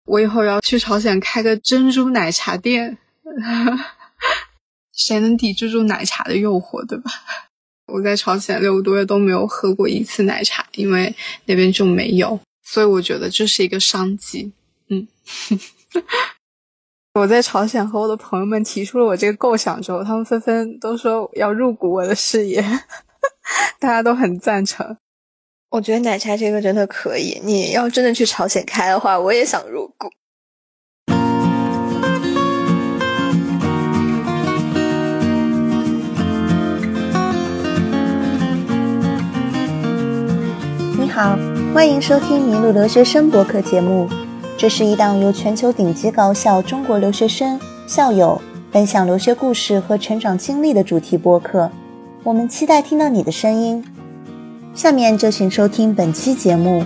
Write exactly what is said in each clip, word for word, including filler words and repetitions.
我以后要去朝鲜开个珍珠奶茶店，谁能抵制住奶茶的诱惑，对吧？我在朝鲜六个多月都没有喝过一次奶茶，因为那边就没有，所以我觉得这是一个商机。嗯，我在朝鲜和我的朋友们提出了我这个构想之后，他们纷纷都说要入股我的事业，大家都很赞成。 我觉得奶茶这个真的可以，你要真的去朝鲜开的话，我也想入股。你好，欢迎收听麋鹿留学生播客节目。这是一档由全球顶级高校中国留学生、校友分享留学故事和成长经历的主题播客。我们期待听到你的声音。下面就请收听本期节目。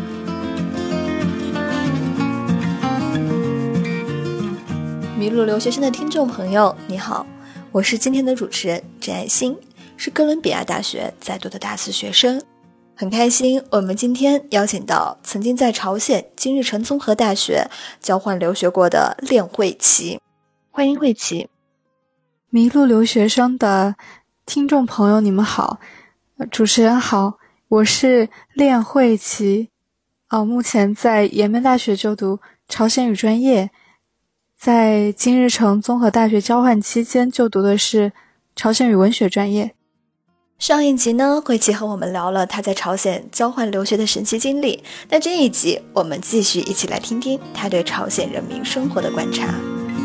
麋鹿留学生的听众朋友，你好，我是今天的主持人郑爱欣，是哥伦比亚大学在读的大四学生。很开心，我们今天邀请到曾经在朝鲜金日成综合大学交换留学过的练慧琪，欢迎慧琪。 麋鹿留学生的听众朋友，你们好，主持人好。我是练慧琪，哦，目前在延边大学就读朝鲜语专业，在金日成综合大学交换期间就读的是朝鲜语文学专业。 上一集呢，慧琪和我们聊了她在朝鲜交换留学的神奇经历，那这一集我们继续一起来听听她对朝鲜人民生活的观察。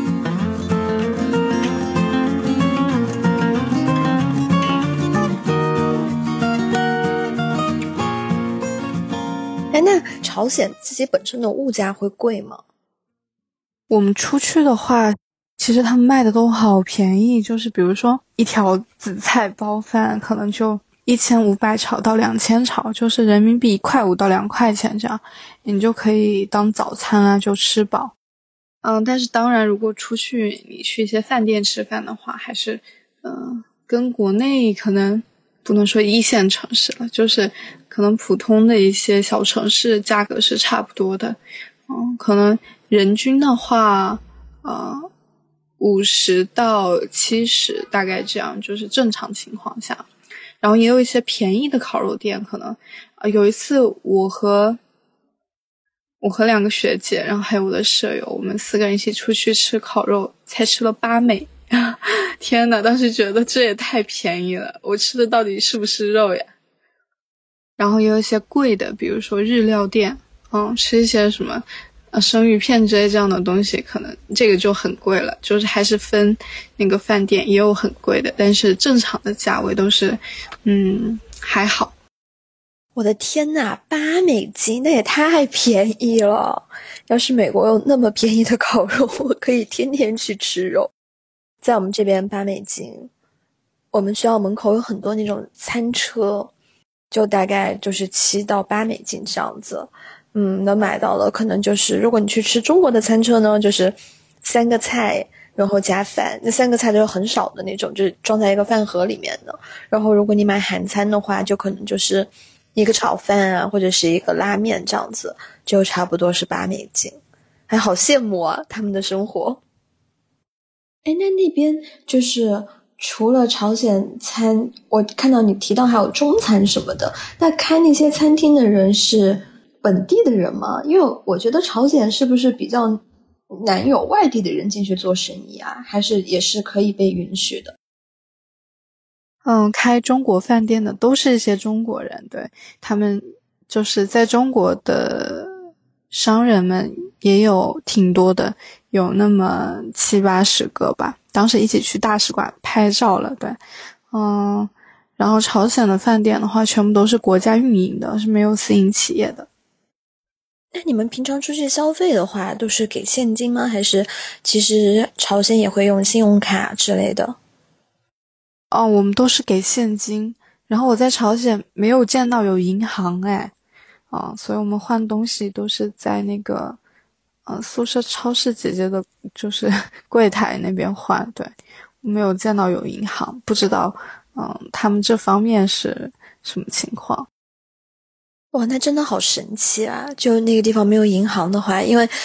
哎，那朝鲜自己本身的物价会贵吗？ 我们出去的话，其实他们卖的都好便宜，就是比如说一条紫菜包饭可能就一千五百炒到两千炒，就是人民币一块五到两块钱这样，你就可以当早餐啊，就吃饱。嗯，但是当然，如果出去你去一些饭店吃饭的话，还是嗯、呃，跟国内可能不能说一线城市了，就是可能普通的一些小城市价格是差不多的。嗯，可能人均的话，呃，五十到七十大概这样，就是正常情况下。然后也有一些便宜的烤肉店，可能呃有一次我和我和两个学姐，然后还有我的舍友，我们四个人一起出去吃烤肉，才吃了八美。天哪，当时觉得这也太便宜了，我吃的到底是不是肉呀？然后也有一些贵的，比如说日料店，嗯，吃一些什么呃生鱼片之类这样的东西，可能这个就很贵了。就是还是分那个饭店，也有很贵的，但是正常的价位都是嗯还好。 我的天哪，八美金，那也太便宜了！要是美国有那么便宜的烤肉，我可以天天去吃肉。在我们这边八美金，我们学校门口有很多那种餐车，就大概就是七到八美金这样子。嗯，能买到的可能就是，如果你去吃中国的餐车呢，就是三个菜，然后加饭，那三个菜都是很少的那种，就是装在一个饭盒里面的。然后如果你买韩餐的话，就可能就是一个炒饭啊，或者是一个拉面这样子，就差不多是八美金。还好羡慕啊，他们的生活。哎，那那边就是除了朝鲜餐，我看到你提到还有中餐什么的，那开那些餐厅的人是本地的人吗？因为我觉得朝鲜是不是比较难有外地的人进去做生意啊？还是也是可以被允许的？ 嗯，开中国饭店的都是一些中国人，对，他们就是在中国的商人们也有挺多的，有那么七八十个吧。当时一起去大使馆拍照了，对，嗯，然后朝鲜的饭店的话，全部都是国家运营的，是没有私营企业的。 那你们平常出去消费的话，都是给现金吗？还是其实朝鲜也会用信用卡之类的？ 哦，我们都是给现金。然后我在朝鲜没有见到有银行哎，啊、嗯，所以我们换东西都是在那个呃宿舍超市姐姐的，就是柜台那边换。对，我没有见到有银行，不知道嗯他们这方面是什么情况。 哇，那真的好神奇啊！就那个地方没有银行的话，因为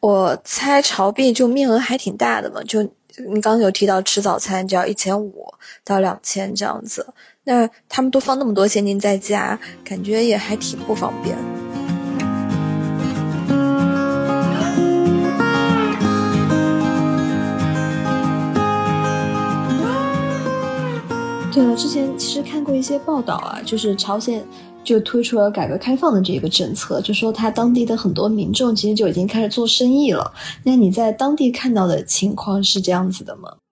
我猜潮币就面额还挺大的嘛，就你刚刚有提到吃早餐就要一千五到两千这样子，那他们都放那么多现金在家，感觉也还挺不方便。对了，之前其实看过一些报道啊，就是朝鲜就推出了改革开放的这个政策，就说他当地的很多民众其实就已经开始做生意了。那你在当地看到的情况是这样子的吗？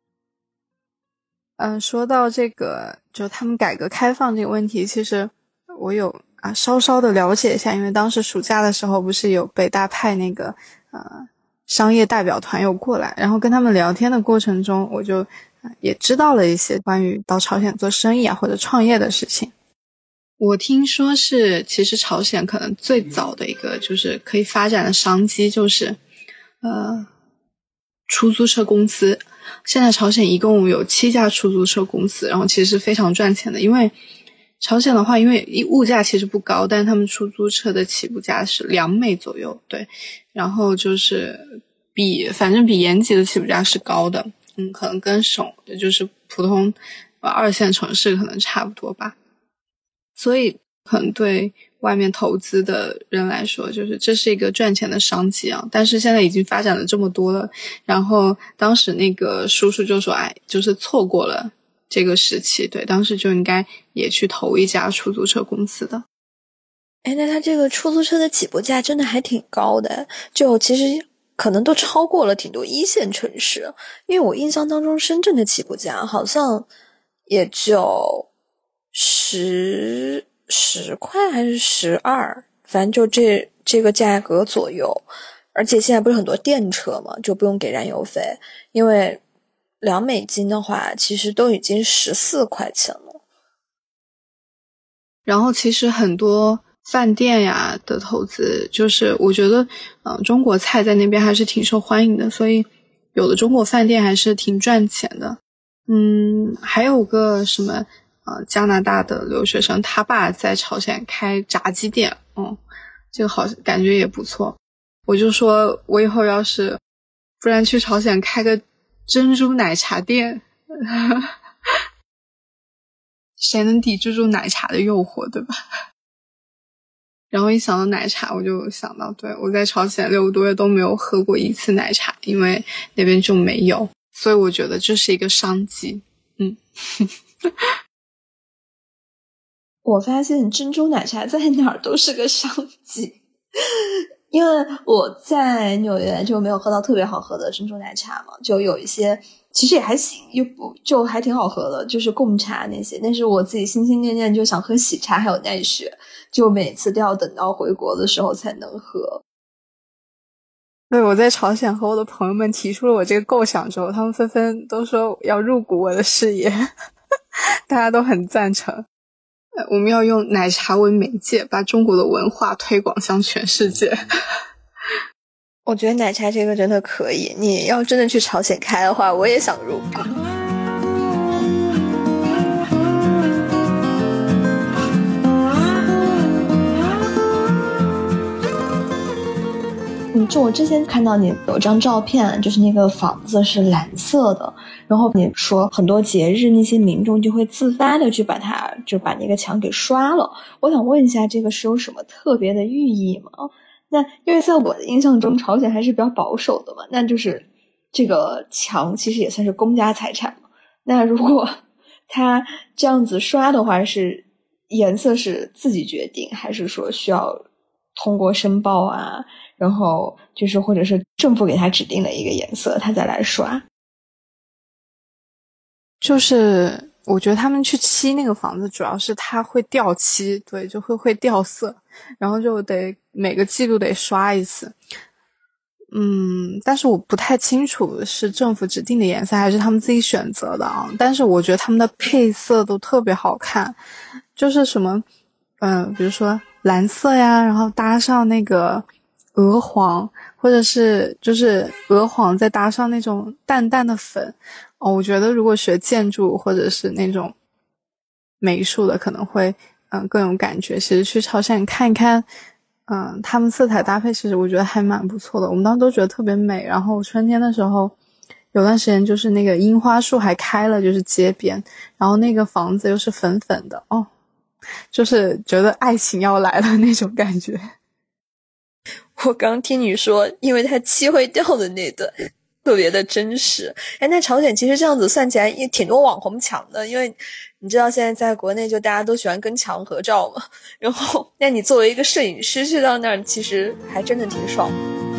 嗯，说到这个，就他们改革开放这个问题，其实我有啊稍稍的了解一下，因为当时暑假的时候不是有北大派那个呃商业代表团有过来，然后跟他们聊天的过程中，我就也知道了一些关于到朝鲜做生意啊或者创业的事情。我听说是其实朝鲜可能最早的一个就是可以发展的商机就是呃出租车公司。现在朝鲜一共有七家出租车公司，然后其实是非常赚钱的，因为朝鲜的话因为物价其实不高，但是他们出租车的起步价是两美左右，对，然后就是比反正比延吉的起步价是高的，嗯，可能跟省就是普通呃二线城市可能差不多吧，所以可能对外面投资的人来说，就是这是一个赚钱的商机啊。但是现在已经发展了这么多了，然后当时那个叔叔就说，哎，就是错过了这个时期，对，当时就应该也去投一家出租车公司的。 哎，那他这个出租车的起步价真的还挺高的，就其实可能都超过了挺多一线城市，因为我印象当中深圳的起步价好像也就十十块还是十二，反正就这这个价格左右。而且现在不是很多电车嘛，就不用给燃油费，因为两美金的话其实都已经十四块钱了。 然后其实很多饭店呀的投资，就是我觉得嗯、呃，中国菜在那边还是挺受欢迎的，所以有的中国饭店还是挺赚钱的。嗯，还有个什么呃，加拿大的留学生，他爸在朝鲜开炸鸡店，嗯，这个好感觉也不错。我就说我以后要是不然去朝鲜开个珍珠奶茶店，谁能抵制住奶茶的诱惑，对吧？然后一想到奶茶，我就想到，对，我在朝鲜六个多月都没有喝过一次奶茶，因为那边就没有，所以我觉得这是一个商机。嗯， 我发现珍珠奶茶在哪儿都是个商机。因为我在纽约就没有喝到特别好喝的珍珠奶茶嘛，就有一些其实也还行，又不就还挺好喝的，就是贡茶那些。但是我自己心心念念就想喝喜茶还有奈雪，就每次都要等到回国的时候才能喝。 对，我在朝鲜和我的朋友们提出了我这个构想之后，他们纷纷都说要入股我的事业，大家都很赞成。我们要用奶茶为媒介，把中国的文化推广向全世界。 我觉得奶茶这个真的可以，你要真的去朝鲜开的话，我也想入股。嗯，就我之前看到你有张照片，就是那个房子是蓝色的，然后你说很多节日那些民众就会自发的去把它就把那个墙给刷了。我想问一下，这个是有什么特别的寓意吗？那因为在我的印象中，朝鲜还是比较保守的嘛，那就是这个墙其实也算是公家财产嘛。那如果它这样子刷的话，是颜色是自己决定，还是说需要通过申报啊？然后就是或者是政府给他指定了一个颜色，他再来刷。 就是我觉得他们去漆那个房子，主要是它会掉漆，对，就会会掉色，然后就得每个季度得刷一次。嗯，但是我不太清楚是政府指定的颜色还是他们自己选择的啊。但是我觉得他们的配色都特别好看，就是什么，嗯、呃，比如说蓝色呀，然后搭上那个鹅黄，或者是就是鹅黄再搭上那种淡淡的粉。哦，我觉得如果学建筑或者是那种美术的，可能会嗯更有感觉。其实去朝鲜看一看， 嗯，他们色彩搭配其实我觉得还蛮不错的，我们当时都觉得特别美。然后春天的时候有段时间就是那个樱花树还开了，就是街边，然后那个房子又是粉粉的，哦，就是觉得爱情要来了那种感觉。 我刚听你说因为它漆会掉的那段特别的真实。哎，那朝鲜其实这样子算起来也挺多网红墙的，因为你知道现在在国内就大家都喜欢跟墙合照嘛，然后那你作为一个摄影师去到那儿其实还真的挺爽。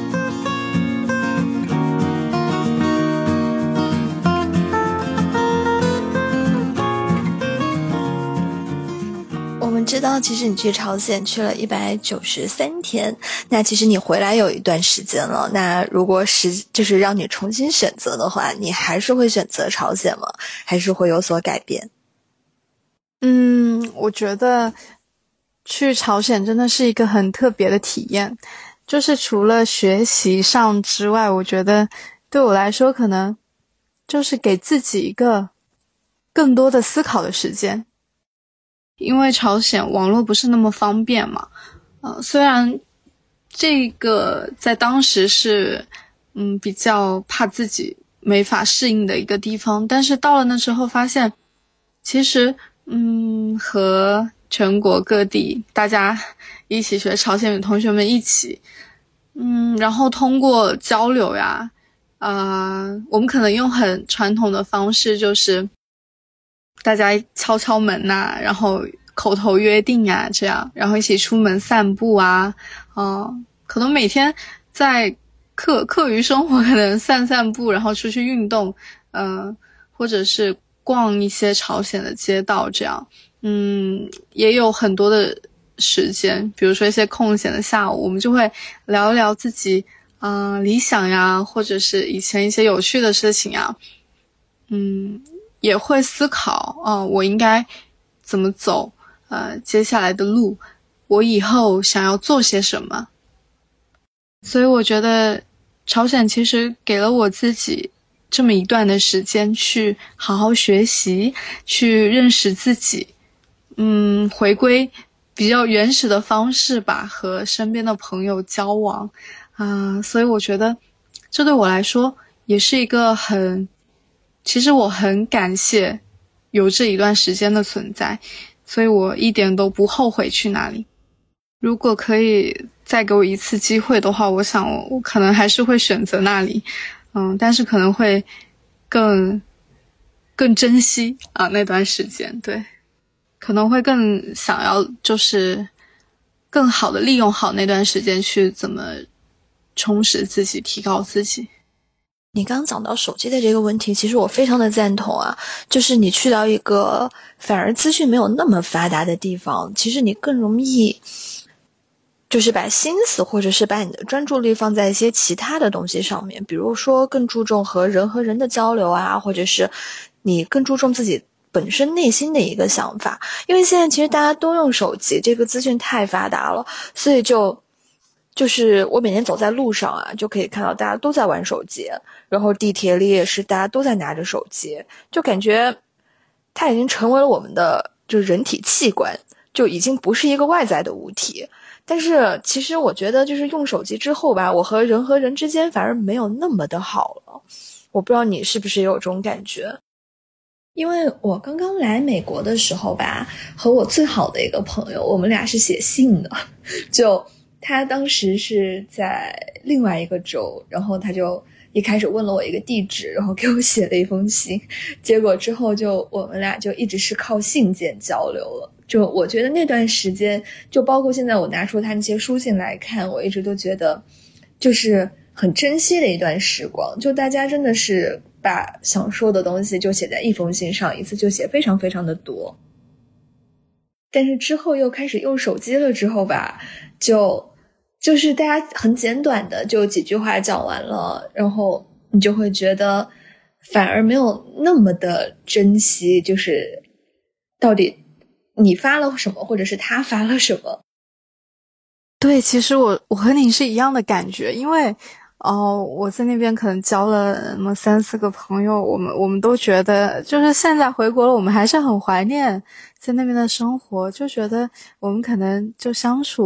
我们知道其实你去朝鲜去了一百九十三天，那其实你回来有一段时间了，那如果是就是让你重新选择的话，你还是会选择朝鲜吗？还是会有所改变？ 嗯，我觉得去朝鲜真的是一个很特别的体验，就是除了学习上之外，我觉得对我来说可能就是给自己一个更多的思考的时间。因为朝鲜网络不是那么方便嘛，呃，虽然这个在当时是嗯比较怕自己没法适应的一个地方，但是到了那之后发现，其实嗯和全国各地大家一起学朝鲜语同学们一起，嗯，然后通过交流呀，呃，我们可能用很传统的方式，就是大家敲敲门呐、啊，然后口头约定啊，这样，然后一起出门散步啊，嗯、呃，可能每天在课课余生活可能散散步，然后出去运动，嗯、呃，或者是逛一些朝鲜的街道，这样，嗯，也有很多的时间，比如说一些空闲的下午，我们就会聊一聊自己啊、呃、理想呀，或者是以前一些有趣的事情呀，嗯。也会思考啊、呃，我应该怎么走，呃，接下来的路，我以后想要做些什么。所以我觉得朝鲜其实给了我自己这么一段的时间去好好学习，去认识自己，嗯，回归比较原始的方式吧，和身边的朋友交往啊、呃，所以我觉得这对我来说也是一个很其实我很感谢有这一段时间的存在，所以我一点都不后悔去哪里。如果可以再给我一次机会的话，我想我我可能还是会选择那里，嗯，但是可能会更更珍惜啊那段时间，对，可能会更想要就是更好的利用好那段时间去怎么充实自己，提高自己。 你刚刚讲到手机的这个问题，其实我非常的赞同啊，就是你去到一个反而资讯没有那么发达的地方，其实你更容易就是把心思或者是把你的专注力放在一些其他的东西上面，比如说更注重和人和人的交流啊，或者是你更注重自己本身内心的一个想法。因为现在其实大家都用手机，这个资讯太发达了，所以就就是我每天走在路上啊，就可以看到大家都在玩手机，然后地铁里也是大家都在拿着手机，就感觉它已经成为了我们的就是人体器官，就已经不是一个外在的物体。但是其实我觉得就是用手机之后吧，我和人和人之间反而没有那么的好了。我不知道你是不是也有这种感觉。因为我刚刚来美国的时候吧，和我最好的一个朋友，我们俩是写信的，就他当时是在另外一个州，然后他就一开始问了我一个地址，然后给我写了一封信，结果之后就我们俩就一直是靠信件交流了。就我觉得那段时间，就包括现在我拿出他那些书信来看，我一直都觉得就是很珍惜的一段时光。就大家真的是把想说的东西就写在一封信上，一次就写非常非常的多。但是之后又开始用手机了之后吧，就就是大家很简短的就几句话讲完了，然后你就会觉得反而没有那么的珍惜，就是到底你发了什么，或者是他发了什么。 对，其实我我和你是一样的感觉，因为哦，我在那边可能交了那么三四个朋友，我们我们都觉得，就是现在回国了，我们还是很怀念在那边的生活，就觉得我们可能就相处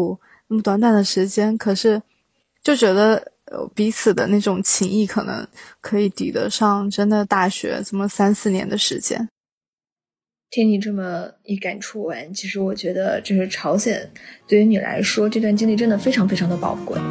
那么短短的时间，可是就觉得呃彼此的那种情谊可能可以抵得上真的大学这么三四年的时间。 听你这么一感触完，其实我觉得就是朝鲜对于你来说这段经历真的非常非常的宝贵。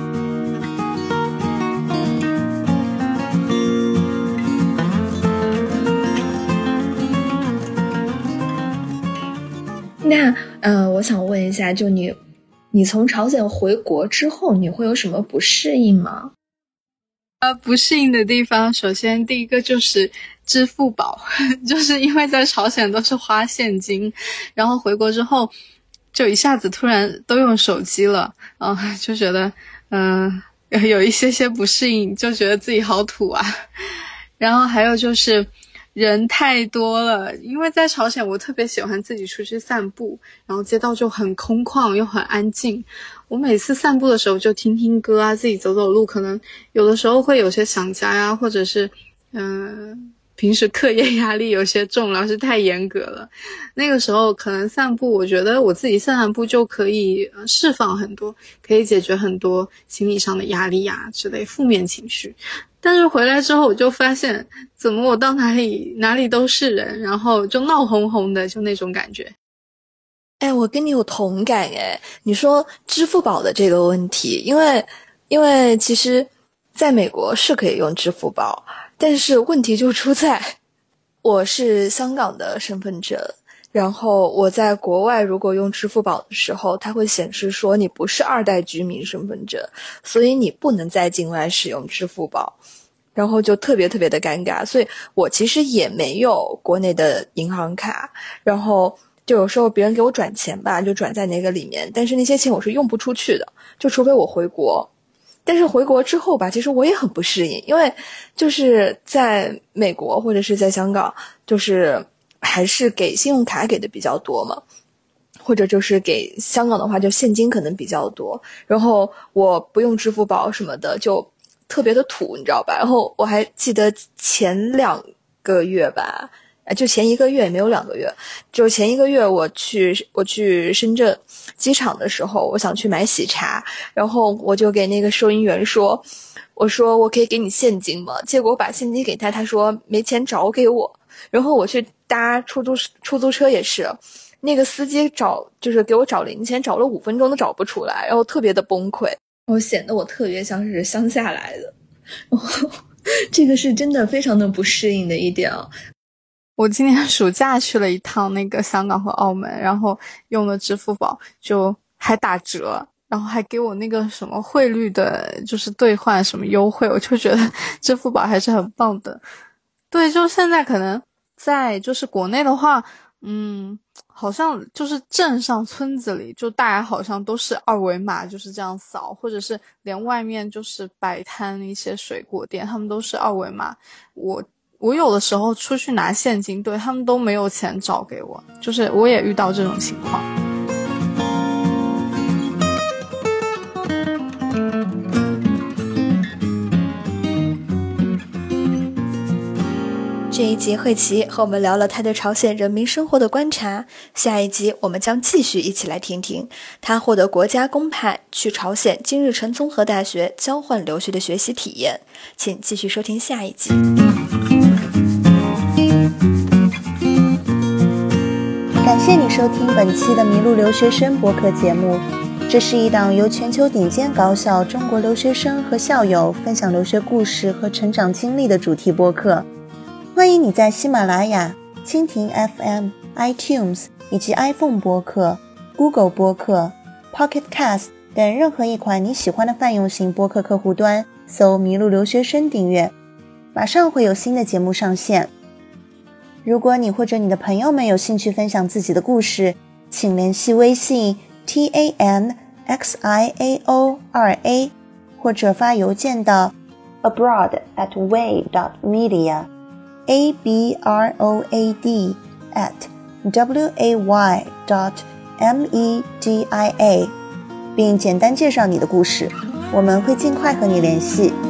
那呃，我想问一下，就你你从朝鲜回国之后，你会有什么不适应吗？ 呃，不适应的地方，首先第一个就是支付宝，就是因为在朝鲜都是花现金，然后回国之后就一下子突然都用手机了，嗯、呃，就觉得嗯、呃、有一些些不适应，就觉得自己好土啊。然后还有就是人太多了，因为在朝鲜我特别喜欢自己出去散步，然后街道就很空旷又很安静，我每次散步的时候就听听歌啊，自己走走路，可能有的时候会有些想家呀，或者是嗯、呃，平时课业压力有些重，老师太严格了，那个时候可能散步，我觉得我自己散散步就可以释放很多，可以解决很多心理上的压力呀之类负面情绪。但是回来之后我就发现，怎么我到哪里哪里都是人，然后就闹哄哄的，就那种感觉。 哎，我跟你有同感哎。你说支付宝的这个问题，因为因为其实在美国是可以用支付宝，但是问题就出在我是香港的身份证，然后我在国外如果用支付宝的时候，它会显示说你不是二代居民身份证，所以你不能在境外使用支付宝，然后就特别特别的尴尬。所以我其实也没有国内的银行卡，然后就有时候别人给我转钱吧，就转在那个里面，但是那些钱我是用不出去的，就除非我回国。但是回国之后吧，其实我也很不适应，因为就是在美国或者是在香港，就是还是给信用卡给的比较多嘛，或者就是给香港的话就现金可能比较多，然后我不用支付宝什么的就特别的土，你知道吧？然后我还记得前两个月吧，就前一个月也没有两个月，就前一个月我去我去深圳机场的时候，我想去买喜茶，然后我就给那个收银员说，我说我可以给你现金吗？结果我把现金给他，他说没钱找给我。然后我去搭出租出租车也是，那个司机找就是给我找零钱，找了五分钟都找不出来，然后特别的崩溃，我显得我特别像是乡下来的，然后这个是真的非常的不适应的一点啊。 我今年暑假去了一趟那个香港和澳门，然后用了支付宝，就还打折，然后还给我那个什么汇率的，就是兑换什么优惠，我就觉得支付宝还是很棒的。对，就现在可能在就是国内的话，嗯，好像就是镇上村子里，就大家好像都是二维码就是这样扫，或者是连外面就是摆摊一些水果店，他们都是二维码。我我有的时候出去拿现金，对，他们都没有钱找给我，就是我也遇到这种情况。 这一集慧琪和我们聊了她对朝鲜人民生活的观察，下一集我们将继续一起来听听她获得国家公派去朝鲜金日成综合大学交换留学的学习体验，请继续收听下一集。 感谢你收听本期的麋鹿留学生播客节目，这是一档由全球顶尖高校中国留学生和校友分享留学故事和成长经历的主题播客。欢迎你在喜马拉雅、蜻蜓 F M、iTunes 以及 iPhone 播客、Google 播客、Pocket Cast 等任何一款你喜欢的泛用型播客客户端搜麋鹿留学生订阅，马上会有新的节目上线。如果你或者你的朋友们有兴趣分享自己的故事，请联系微信 T A N X I A O 二 A 或者发邮件到 abroad at wave dot media A B R O A D at W A Y dot M E D I A 并简单介绍你的故事，我们会尽快和你联系。